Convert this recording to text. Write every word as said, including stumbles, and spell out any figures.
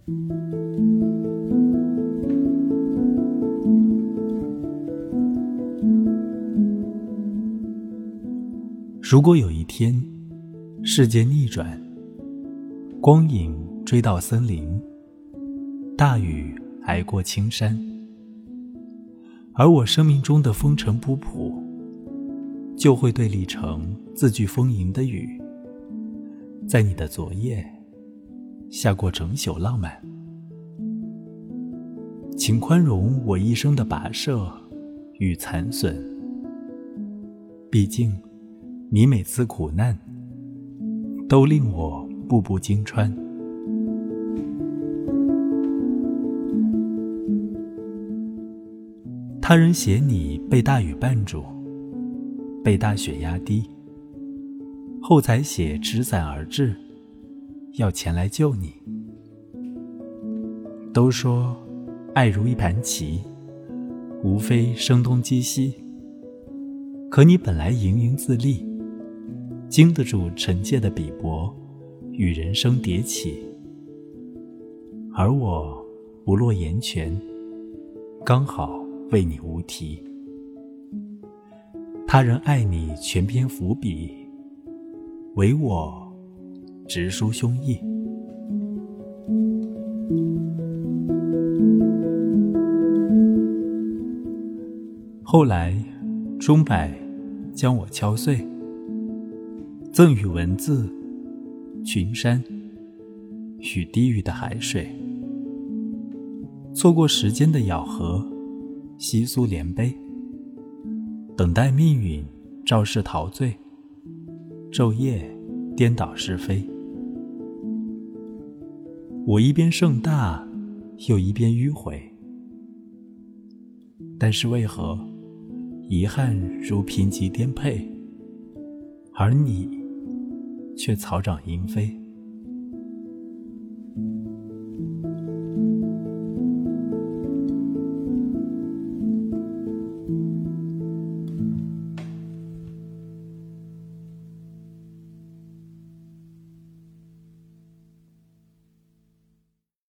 如果有一天世界逆转，光影追到森林，大雨挨过青山，而我生命中的风尘仆仆就会对立成字句丰盈的雨，在你的昨夜下过整宿浪漫。请宽容我一生的跋涉与残损，毕竟你每次苦难都令我步步惊穿。他人写你被大雨绊住，被大雪压低，后才写持伞而至，要前来救你。都说爱如一盘棋，无非声东击西，可你本来盈盈自立，经得住尘界的鄙薄与人生迭起，而我不落言泉，刚好为你无题。他人爱你全篇伏笔，唯我直抒胸臆。后来钟摆将我敲碎，赠予文字、群山与低语的海水。错过时间的咬合，稀疏连杯，等待命运肇事陶醉，昼夜颠倒是非。我一边盛大，又一边迂回，但是为何遗憾如贫瘠颠沛，而你却草长莺飞？